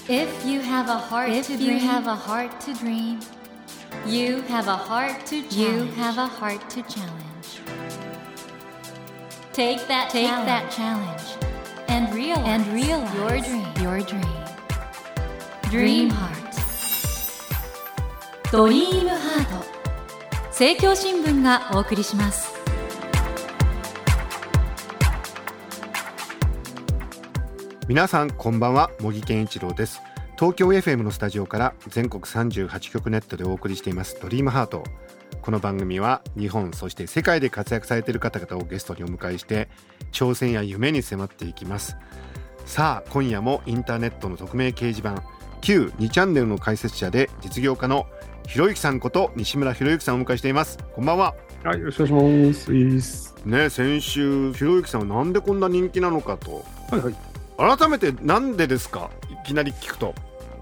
If you have a heart to dream, you have a heart to dream. You have a heart to challenge. You have a heart to challenge. Take that challenge and realize your dream. Dream Heart. ドリームハート。政教新聞がお送りします。 皆さんこんばんは、茂木健一郎です。東京 FM のスタジオから全国38局ネットでお送りしていますドリームハート。この番組は日本そして世界で活躍されている方々をゲストにお迎えして挑戦や夢に迫っていきます。さあ今夜もインターネットの匿名掲示板旧2チャンネルの解説者で実業家のひろゆきさんこと西村博之さんをお迎えしています。こんばんは。 はい、よろしくお願いしますね、先週ひろゆきさんはなんでこんな人気なのかと、 はいはい、 改めてなんでですか、いきなり聞くと。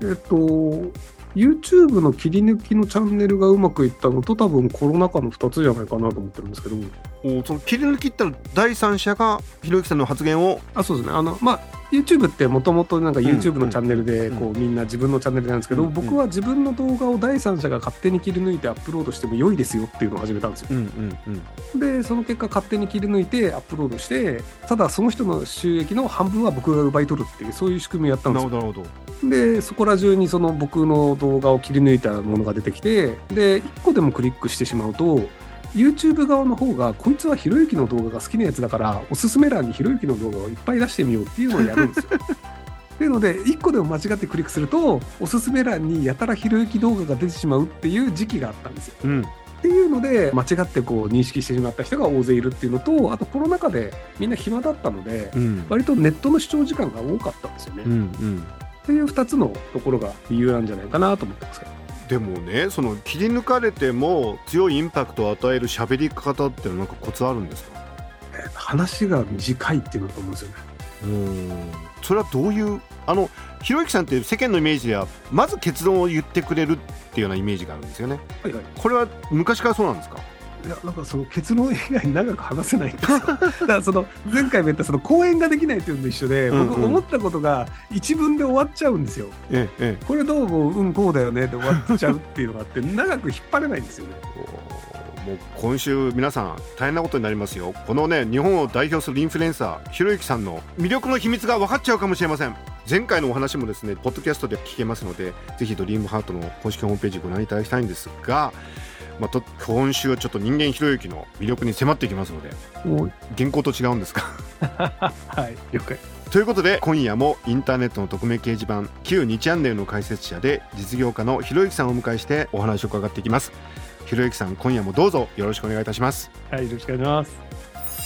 YouTube の切り抜きのチャンネルがうまくいったのと多分コロナ禍の2つじゃないかなと思ってるんですけど。 その切り抜きってのは第三者がひろゆきさんの発言を。 そうですね。YouTube ってもともとなんか YouTube のチャンネルでこうみんな自分のチャンネルなんですけど、僕は自分の動画を第三者が勝手に切り抜いてアップロードしても良いですよっていうのを始めたんですよ。でその結果勝手に切り抜いてアップロードして、ただその人の収益の半分は僕が奪い取るっていう、そういう仕組みをやったんですよ。 なるほど。 でそこら中にその僕の動画を切り抜いたものが出てきて、で1個でもクリックしてしまうと YouTube 側の方がこいつはひろゆきの動画が好きなやつだからおすすめ欄にひろゆきの動画をいっぱい出してみようっていうのをやるんですよっていうので1個でも間違ってクリックするとおすすめ欄にやたらひろゆき動画が出てしまうっていう時期があったんですよ、っていうので間違ってこう認識してしまった人が大勢いるっていうのと、あとコロナ禍でみんな暇だったので、割とネットの視聴時間が多かったんですよね、っていう2つのところが理由なんじゃないかなと思ってますけど。 でもね、その切り抜かれても強いインパクトを与える喋り方ってなんかコツあるんですか？ 話が短いっていうのだと思うんですよね。 それはどういうひろゆきさんって世間のイメージではまず結論を言ってくれるっていうようなイメージがあるんですよね。これは昔からそうなんですか？ いや、なんかその結論以外に長く話せないんですよだからその前回も言ったその講演ができないっていうのと一緒で、僕思ったことが一文で終わっちゃうんですよ。これどうもこうだよねで終わっちゃうっていうのがあって長く引っ張れないんですよね。 もう今週皆さん大変なことになりますよ。このね、日本を代表するインフルエンサーひろゆきさんの魅力の秘密が分かっちゃうかもしれません。前回のお話もですねポッドキャストで聞けますので、ぜひドリームハートの公式ホームページご覧いただきたいんですが、今週はちょっと人間ひろゆきの魅力に迫っていきますので、原稿と違うんですかはい、了解。 ということで今夜もインターネットの匿名掲示板旧2チャンネルの解説者で実業家のひろゆきさんをお迎えしてお話を伺っていきます。ひろゆきさん、今夜もどうぞよろしくお願いいたします。 はい、よろしくお願いします。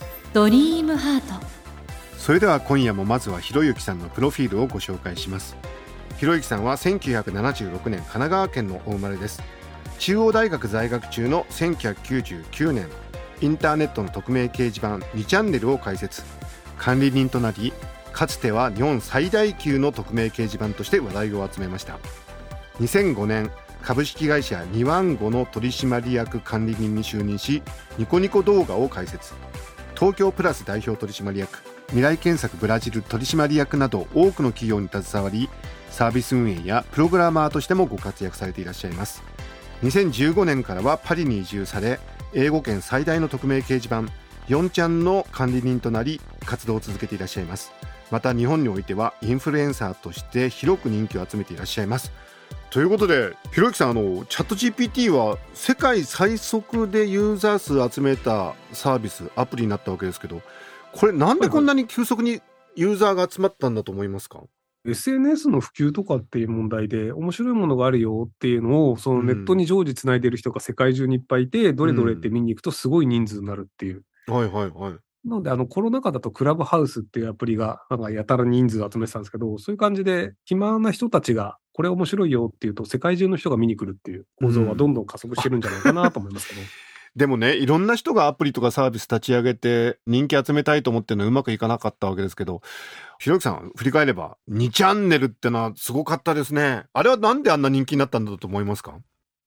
ドリームハート。 それでは今夜もまずはひろゆきさんのプロフィールをご紹介します。ひろゆきさんは1976年神奈川県のお生まれです。中央大学在学中の1999年インターネットの匿名掲示板2チャンネルを開設、管理人となり、かつては日本最大級の匿名掲示板として話題を集めました。2005年株式会社ニワンゴの取締役管理人に就任し、ニコニコ動画を開設、東京プラス代表取締役、未来検索ブラジル取締役など多くの企業に携わり、サービス運営やプログラマーとしてもご活躍されていらっしゃいます。2015年からはパリに移住され、英語圏最大の匿名掲示板4ちゃんの管理人となり活動を続けていらっしゃいます。また日本においてはインフルエンサーとして広く人気を集めていらっしゃいます。ということでひろゆきさん、チャット GPT は世界最速でユーザー数集めたサービスアプリになったわけですけど、これなんでこんなに急速にユーザーが集まったんだと思いますか ？SNS の普及とかっていう問題で面白いものがあるよっていうのをそのネットに常時つないでる人が世界中にいっぱいいて、どれどれって見に行くとすごい人数になるっていう、なのでコロナ禍だとクラブハウスっていうアプリがなんかやたら人数集めてたんですけど、そういう感じで暇な人たちがこれ面白いよっていうと世界中の人が見に来るっていう構造はどんどん加速してるんじゃないかなと思いますけど、 でもね、いろんな人がアプリとかサービス立ち上げて人気集めたいと思ってるのはうまくいかなかったわけですけど、ひろゆきさん振り返れば2チャンネルってのはすごかったですね。あれはなんであんな人気になったんだと思いますか？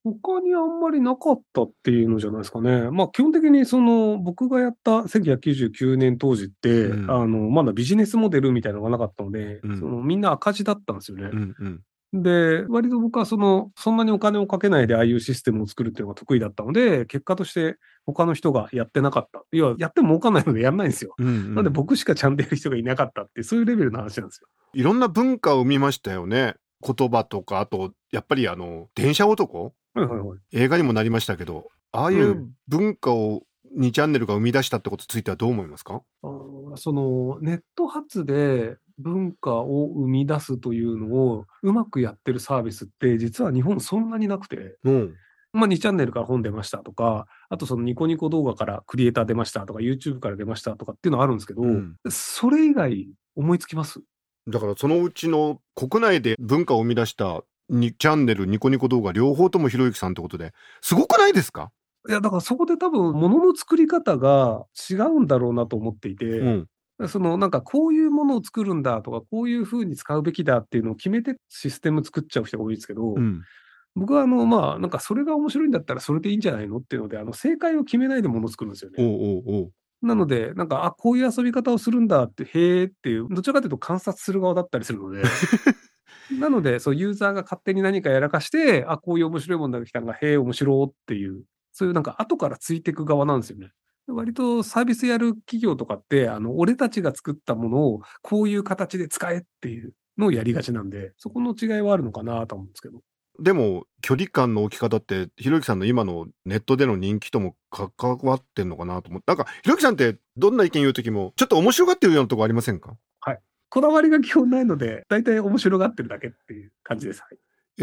他にあんまりなかったっていうのじゃないですかね。まあ基本的に僕がやった1999年当時って、まだビジネスモデルみたいなのがなかったので、みんな赤字だったんですよね。で、割と僕はそんなにお金をかけないでああいうシステムを作るっていうのが得意だったので、結果として他の人がやってなかった。要はやっても儲かんないのでやんないんですよ。なので僕しかちゃんとやる人がいなかったっていう、そういうレベルの話なんですよ。 いろんな文化を生みましたよね。言葉とか、あと、やっぱり電車男、映画にもなりましたけど、ああいう文化を2チャンネルが生み出したってことについてはどう思いますか？ ネット発で文化を生み出すというのをうまくやってるサービスって実は日本そんなになくて、まあ2チャンネルから本出ましたとか、あとニコニコ動画からクリエイター出ましたとか、YouTube から出ましたとかっていうのはあるんですけど、それ以外思いつきます？ だからそのうちの国内で文化を生み出した2チャンネル、ニコニコ動画両方ともひろゆきさんってことで、すごくないですか？ いや、だからそこで多分物の作り方が違うんだろうなと思っていて、なんかこういうものを作るんだとか、こういう風に使うべきだっていうのを決めてシステム作っちゃう人が多いですけど、僕はまあなんかそれが面白いんだったらそれでいいんじゃないのっていうので、正解を決めないでものを作るんですよね。なので、なんか、こういう遊び方をするんだって、へーっていう、どちらかというと観察する側だったりするので、なので、ユーザーが勝手に何かやらかして、こういう面白いものが来たのが、へー面白っていう、そういうなんか後からついていく側なんですよね。割とサービスやる企業とかって、俺たちが作ったものをこういう形で使えっていうのをやりがちなんで、そこの違いはあるのかなと思うんですけど。 でも距離感の置き方ってひろゆきさんの今のネットでの人気とも関わってんのかなと思って、なんかひろゆきさんってどんな意見言う時もちょっと面白がってるようなとこありませんか？ はい。こだわりが基本ないので、大体面白がってるだけっていう感じです。はい。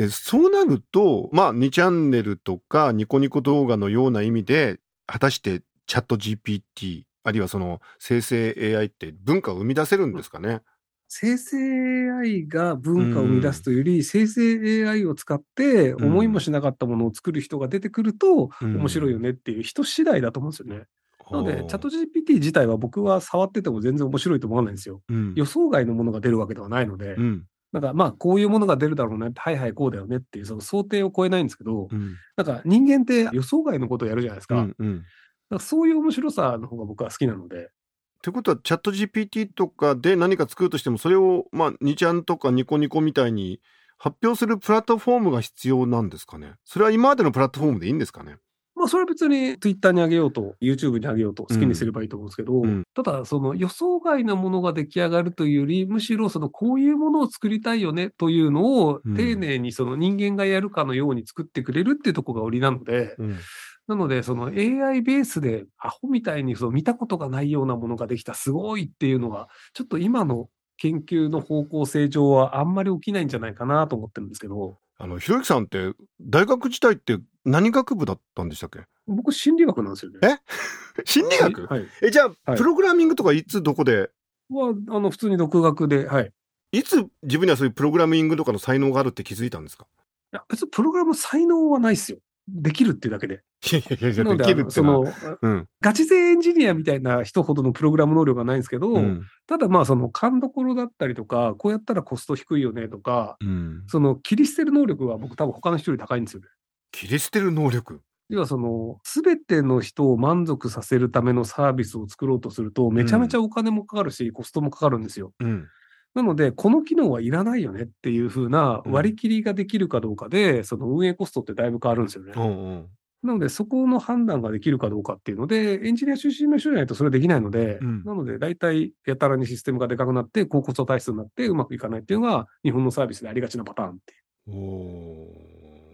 そうなると、まあ2チャンネルとかニコニコ動画のような意味で、果たしてチャット GPT あるいは生成 AI って文化を生み出せるんですかね？ 生成 AI が文化を生み出すというより、生成 AI を使って思いもしなかったものを作る人が出てくると面白いよねっていう人次第だと思うんですよね。なので、チャット GPT 自体は僕は触ってても全然面白いと思わないんですよ。予想外のものが出るわけではないので、なんかまあこういうものが出るだろうね、はいはいこうだよねっていうその想定を超えないんですけど、なんか人間って予想外のことをやるじゃないですか。だからそういう面白さの方が僕は好きなので。 ということはチャット GPT とかで何か作るとしても、それをまあ2ちゃんとかニコニコみたいに発表するプラットフォームが必要なんですかね？それは今までのプラットフォームでいいんですかね？ まあそれは別に Twitter に上げようと YouTube に上げようと好きにすればいいと思うんですけど、ただ予想外なものが出来上がるというより、むしろこういうものを作りたいよねというのを丁寧に人間がやるかのように作ってくれるっていうところが売りなので、なので、AI ベースでアホみたいに見たことがないようなものができたすごいっていうのが、ちょっと今の研究の方向性上はあんまり起きないんじゃないかなと思ってるんですけど。 ひろゆきさんって大学時代って何学部だったんでしたっけ？ 僕心理学なんですよね。 心理学？はい。じゃあ、プログラミングとかいつどこで？ は、普通に独学で、はい。 いつ自分にはそういうプログラミングとかの才能があるって気づいたんですか？ いや、別にプログラム才能はないっすよ。できるっていうだけで。 いやできるってガチ勢エンジニアみたいな人ほどのプログラム能力がないんですけど、ただまあ勘どころだったりとか、こうやったらコスト低いよねとか、切り捨てる能力は僕多分他の人より高いんですよね。 切り捨てる能力？ 要は全ての人を満足させるためのサービスを作ろうとすると、めちゃめちゃお金もかかるし、コストもかかるんですよ。なので、この機能はいらないよねっていう風な割り切りができるかどうかで、運営コストってだいぶ変わるんですよね。なので、そこの判断ができるかどうかっていうので、エンジニア出身の人じゃないとそれはできないので、なので、大体、やたらにシステムがでかくなって、高コスト体質になってうまくいかないっていうのが、日本のサービスでありがちなパターンっていう。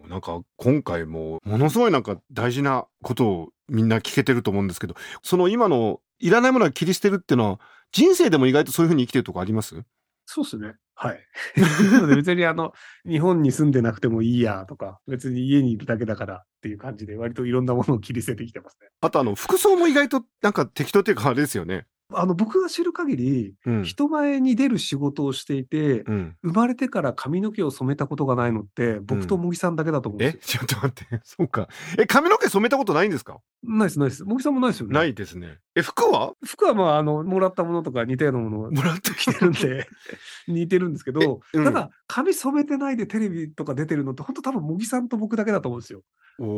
なんか、今回も、ものすごいなんか大事なことをみんな聞けてると思うんですけど、今のいらないものは切り捨てるっていうのは、人生でも意外とそういうふうに生きてるとこあります？ そうですね。はい。なので別に日本に住んでなくてもいいやとか、別に家にいるだけだからっていう感じで、割といろんなものを切り捨ててきてますね。 あと服装も意外となんか適当っていうかあれですよね。 僕が知る限り、人前に出る仕事をしていて、生まれてから髪の毛を染めたことがないのって、僕と茂木さんだけだと思うんですよ。 ちょっと待って。そうか。髪の毛染めたことないんですか？ ないです、ないです。茂木さんもないですよね。 ないですね。服はもらったものとか似たようなものをもらってきてるんで、似てるんですけど、ただ、髪染めてないでテレビとか出てるのって、本当多分茂木さんと僕だけだと思うんですよ。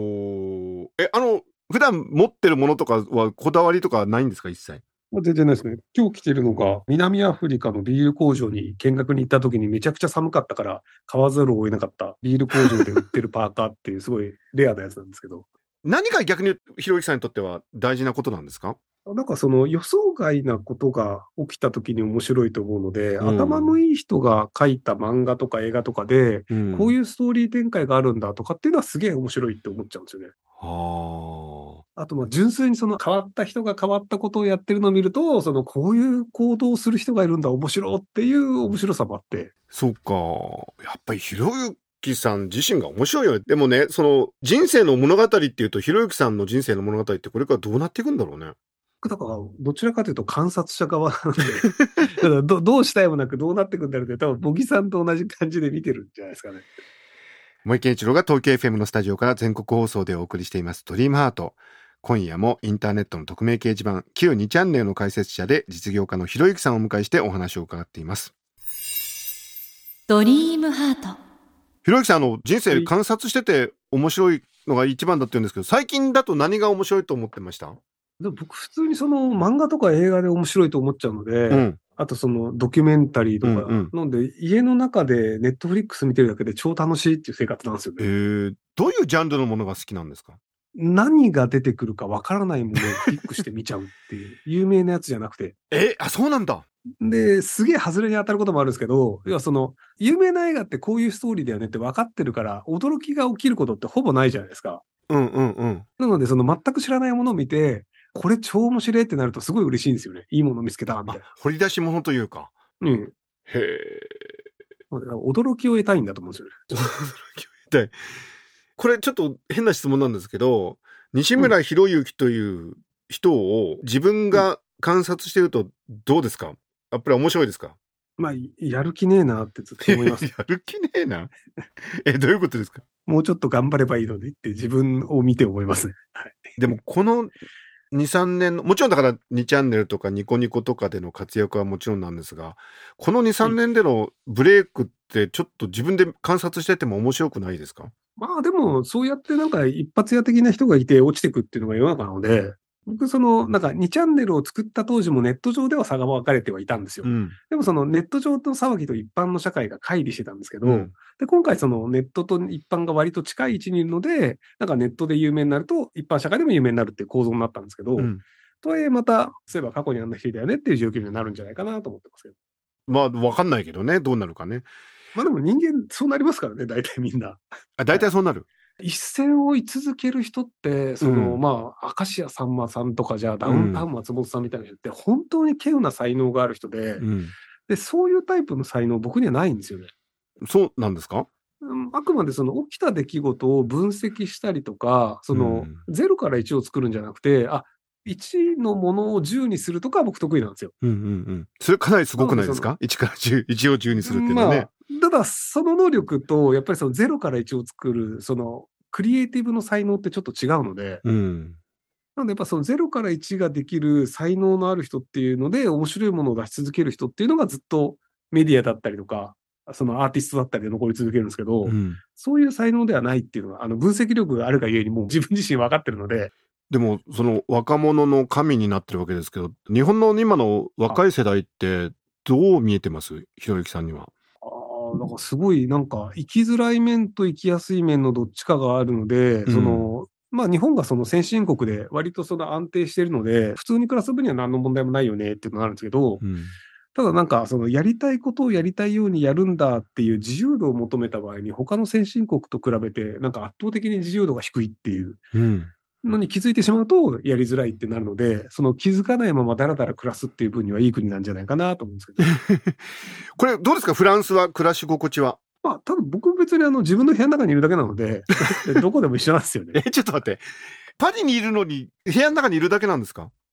普段持ってるものとかはこだわりとかないんですか、一切？ 全然ないですね。今日着てるのが、南アフリカのビール工場に見学に行った時にめちゃくちゃ寒かったから買わざるを得なかったビール工場で売ってるパーカーっていうすごいレアなやつなんですけど。 何が逆にひろゆきさんにとっては大事なことなんですか？ なんかその予想外なことが起きた時に面白いと思うので、頭のいい人が書いた漫画とか映画とかで、こういうストーリー展開があるんだとかっていうのはすげえ面白いって思っちゃうんですよね。あと純粋にその変わった人が変わったことをやってるのを見ると、こういう行動をする人がいるんだ面白いっていう面白さもあって。 そうか。やっぱりひろゆきさん自身が面白いよね。でもね、その人生の物語っていうと、ひろゆきさんの人生の物語ってこれからどうなっていくんだろうね。 だから、どちらかというと観察者側なんで、だからどうしたいもなくどうなっていくんだろうって、多分、茂木さんと同じ感じで見てるんじゃないですかね。 森健一郎が東京 FM のスタジオから全国放送でお送りしていますドリームハート。今夜もインターネットの匿名掲示板、旧2チャンネルの解説者で実業家のひろゆきさんをお迎えしてお話を伺っています。 ドリームハート。 ひろゆきさん、人生観察してて面白いのが一番だって言うんですけど、最近だと何が面白いと思ってました？ でも僕普通に漫画とか映画で面白いと思っちゃうので、あとドキュメンタリーとか、なんで家の中でネットフリックス見てるだけで超楽しいっていう生活なんですよね。 どういうジャンルのものが好きなんですか？ 何が出てくるかわからないものをクリックして見ちゃうっていう、有名なやつじゃなくて。 そうなんだ。 で、すげえ外れに当たることもあるんですけど、要は有名な映画ってこういうストーリーだよねって分かってるから、驚きが起きることってほぼないじゃないですか。なので、全く知らないものを見て、これ超面白いってなるとすごい嬉しいんですよね。いいもの見つけたみたいな。 掘り出し物というか。へえ。 驚きを得たいんだと思うんですよね。 驚きを得たい。これちょっと変な質問なんですけど、西村博之という人を自分が観察してるとどうですか？やっぱり面白いですか？ やる気ねえなってずっと思います。 やる気ねえなどういうことですか？ もうちょっと頑張ればいいのにって自分を見て思いますね。はい、 でもこの2、3年の、もちろんだから2チャンネルとかニコニコとかでの活躍はもちろんなんですが、この2、3年でのブレイクってちょっと自分で観察してても面白くないですか？ でもそうやってなんか一発屋的な人がいて落ちてくっていうのが世の中なので、僕なんか2チャンネルを作った当時もネット上では差が分かれてはいたんですよ。でもネット上の騒ぎと一般の社会が乖離してたんですけど、で今回ネットと一般が割と近い位置にいるので、なんかネットで有名になると一般社会でも有名になるっていう構造になったんですけど、とはいえまた、そういえば過去にあんな人だよねっていう状況になるんじゃないかなと思ってますけど。 分かんないけどね、どうなるかね。 でも人間そうなりますからね、大体みんな。 大体そうなる。 一線を追い続ける人って、明石家さんまさんとかじゃダウンタウン松本さんみたいな人って本当に稀有な才能がある人で、で、そういうタイプの才能僕にはないんですよね。 そうなんですか？ あくまで起きた出来事を分析したりとか、0から1を作るんじゃなくて、1のものを10にするとか僕得意なんですよ。 それかなりすごくないですか？1から10、1を10にするっていうのはね。 ただ、その能力と、やっぱり0から1を作る、クリエイティブの才能ってちょっと違うので、なのでやっぱ0から1ができる才能のある人っていうので、面白いものを出し続ける人っていうのがずっとメディアだったりとか、アーティストだったりで残り続けるんですけど、そういう才能ではないっていうのは、分析力があるがゆえにもう自分自身分かってるので。 でも、若者の神になってるわけですけど、日本の今の若い世代ってどう見えてます？ひろゆきさんには。 なんかすごい、なんか生きづらい面と生きやすい面のどっちかがあるので、日本が先進国で割と安定しているので、普通に暮らす分には何の問題もないよねっていうのがあるんですけど、ただなんかやりたいことをやりたいようにやるんだっていう自由度を求めた場合に、他の先進国と比べてなんか圧倒的に自由度が低いっていうのに気づいてしまうとやりづらいってなるので、気づかないままだらだら暮らすっていう分にはいい国なんじゃないかなと思うんですけど。 これどうですか？フランスは暮らし心地は。 多分僕別に自分の部屋の中にいるだけなので、どこでも一緒なんですよね。 ちょっと待って。パリにいるのに部屋の中にいるだけなんですか？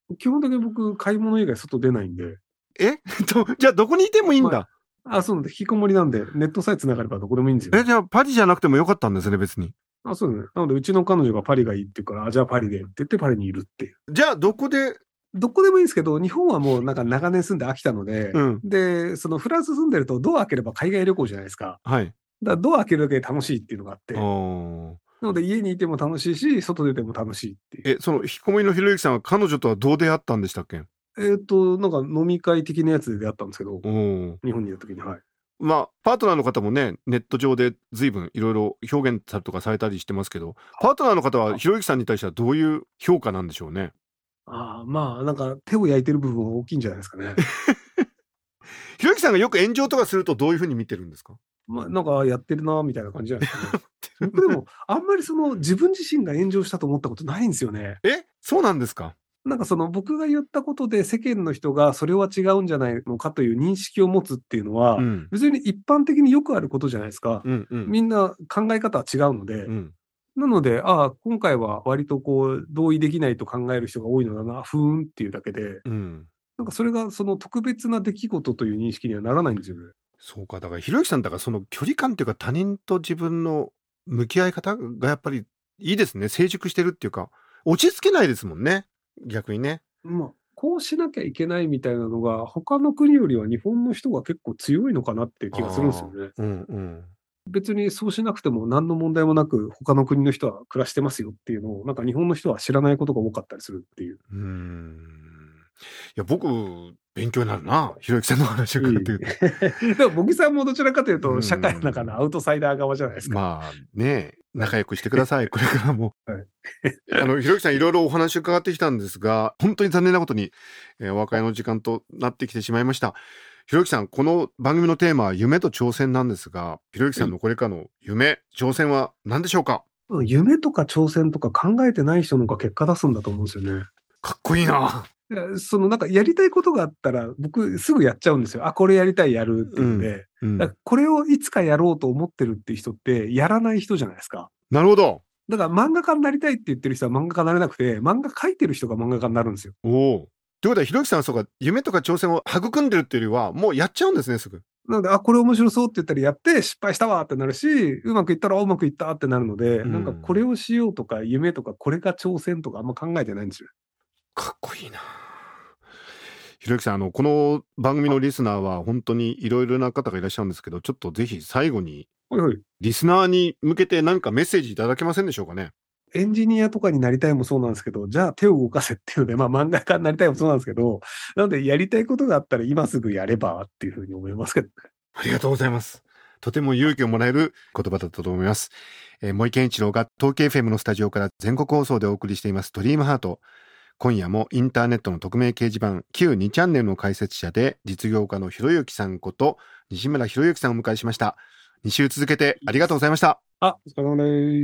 基本的に僕、買い物以外外出ないんで。 じゃあどこにいてもいいんだ。 そうなんで、引きこもりなんで、ネットさえ繋がればどこでもいいんですよ。 じゃあパリじゃなくてもよかったんですね、別に。 そうですね。なので、うちの彼女がパリがいいって言うから、じゃあパリでって言ってパリにいるっていう。 じゃあどこもいいいんですけど、日本はもうなんか長年住んで飽きたので、で、そのフランス住んでるとドア開ければ海外旅行じゃないですか。 はい。 だからドア開けるだけで楽しいっていうのがあって。なので家にいても楽しいし、外出ても楽しいっていう。 その引きこもりのひろゆきさんは彼女とはどう出会ったんでしたっけ？ なんか飲み会的なやつで出会ったんですけど、日本にいた時に、はい。 パートナーの方もね、ネット上で随分いろいろ表現とかされたりしてますけど、パートナーの方はひろゆきさんに対してはどういう評価なんでしょうね。 なんか手を焼いてる部分は大きいんじゃないですかね。 ひろゆきさんがよく炎上とかするとどういうふうに見てるんですか？ なんかやってるなみたいな感じじゃないですかね。僕でもあんまり自分自身が炎上したと思ったことないんですよね。 そうなんですか？ なんか僕が言ったことで世間の人がそれは違うんじゃないのかという認識を持つっていうのは、別に一般的によくあることじゃないですか。みんな考え方は違うので。なので、今回は割と同意できないと考える人が多いのだな、ふーんっていうだけで、なんかそれが特別な出来事という認識にはならないんですよね。 そうか、だからひろゆきさんだからその距離感というか他人と自分の向き合い方がやっぱりいいですね。成熟してるっていうか、落ち着けないですもんね。逆にね。 こうしなきゃいけないみたいなのが他の国よりは日本の人が結構強いのかなっていう気がするんですよね。別にそうしなくても何の問題もなく他の国の人は暮らしてますよっていうのをなんか日本の人は知らないことが多かったりするっていう。 いや僕勉強になるな、ひろゆきさんの話を伺ってると。 でも茂木さんもどちらかというと社会の中のアウトサイダー側じゃないですか。 仲良くしてください。これからも。ひろゆきさんいろいろお話を伺ってきたんですが、本当に残念なことに、お別れの時間となってきてしまいました。ひろゆきさん、この番組のテーマは夢と挑戦なんですが、ひろゆきさんのこれからの夢、挑戦は何でしょうか？ 夢とか挑戦とか考えてない人の方が結果出すんだと思うんですよね。 かっこいいな。 なんかやりたいことがあったら僕すぐやっちゃうんですよ。これやりたいやるっていうんで、だからこれをいつかやろうと思ってるっていう人ってやらない人じゃないですか。 なるほど。 だから漫画家になりたいって言ってる人は漫画家になれなくて、漫画描いてる人が漫画家になるんですよ。 ということはひろゆきさんはそうか、夢とか挑戦を育んでるっていうよりはもうやっちゃうんですね、すぐ。 なのでこれ面白そうって言ったらやって失敗したわってなるし、うまくいったらうまくいったってなるので、なんかこれをしようとか夢とかこれが挑戦とかあんま考えてないんですよ。 かっこいいな。ひろゆきさん、この番組のリスナーは本当にいろいろな方がいらっしゃるんですけど、ちょっとぜひ最後にリスナーに向けて何かメッセージいただけませんでしょうかね。 エンジニアとかになりたいもそうなんですけど、じゃあ手を動かせっていうので、漫画家になりたいもそうなんですけど、なのでやりたいことがあったら今すぐやればっていうふうに思いますけどね。 ありがとうございます。とても勇気をもらえる言葉だったと思います。森健一郎が東京 FM のスタジオから全国放送でお送りしていますドリームハート。今夜もインターネットの匿名掲示板旧2チャンネルの解説者で実業家のひろゆきさんこと西村ひろゆきさんをお迎えしました。2週続けてありがとうございました。 お疲れ様です。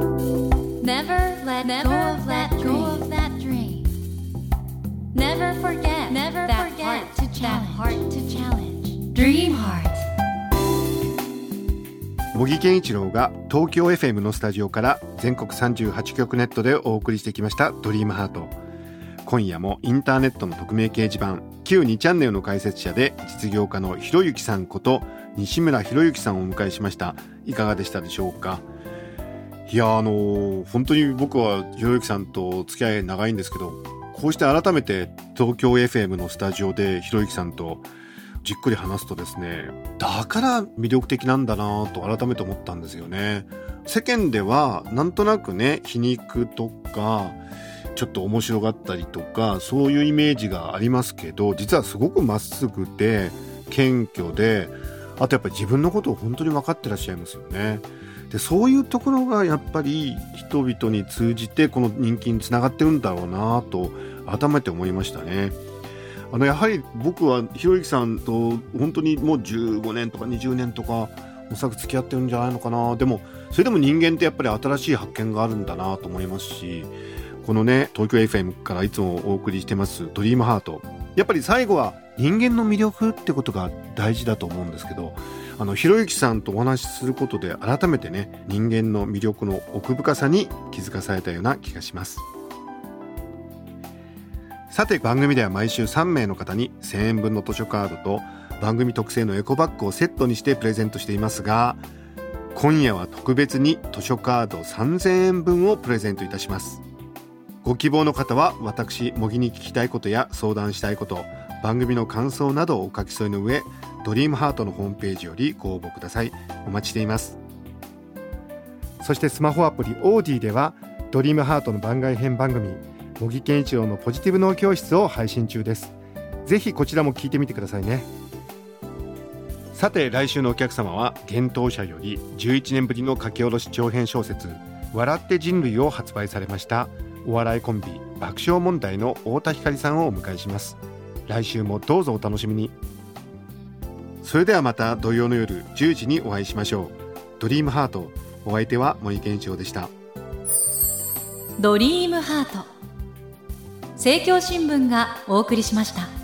Never let go of that dream. Never forget that heart to challenge. Dream Heart. 茂木健一郎が東京 FM のスタジオから全国38局ネットでお送りしてきましたドリームハート。今夜もインターネットの匿名掲示板旧2チャンネルの解説者で実業家のひろゆきさんこと西村ひろゆきさんをお迎えしました。いかがでしたでしょうか。いや本当に僕はひろゆきさんと付き合い長いんですけど、こうして改めて東京 FM のスタジオでひろゆきさんとじっくり話すとですね、だから魅力的なんだなと改めて思ったんですよね。世間ではなんとなくね、皮肉とかちょっと面白がったりとかそういうイメージがありますけど、実はすごくまっすぐで謙虚で、あとやっぱり自分のことを本当に分かってらっしゃいますよね。でそういうところがやっぱり人々に通じてこの人気につながってるんだろうなと改めて思いましたね。やはり僕はひろゆきさんと本当にもう15年とか20年とかおそらく付き合ってるんじゃないのかな。でもそれでも人間ってやっぱり新しい発見があるんだなと思いますし、このね東京 FM からいつもお送りしてますドリームハート、やっぱり最後は人間の魅力ってことが大事だと思うんですけど、ひろゆきさんとお話しすることで改めてね、人間の魅力の奥深さに気づかされたような気がします。 さて番組では毎週3名の方に1000円分の図書カードと番組特製のエコバッグをセットにしてプレゼントしていますが、今夜は特別に図書カード3000円分をプレゼントいたします。ご希望の方は私茂木に聞きたいことや相談したいこと、番組の感想などをお書き添えの上、ドリームハートのホームページよりご応募ください。お待ちしています。そしてスマホアプリオーディではドリームハートの番外編番組茂木健一郎のポジティブ脳教室を配信中です。ぜひこちらも聞いてみてくださいね。さて来週のお客様は幻冬舎より11年ぶりの書き下ろし長編小説笑って人類を発売されましたお笑いコンビ爆笑問題の太田光さんをお迎えします。来週もどうぞお楽しみに。それではまた土曜の夜10時にお会いしましょう。ドリームハート、お相手は森健一郎でした。 ドリームハート、政教新聞がお送りしました。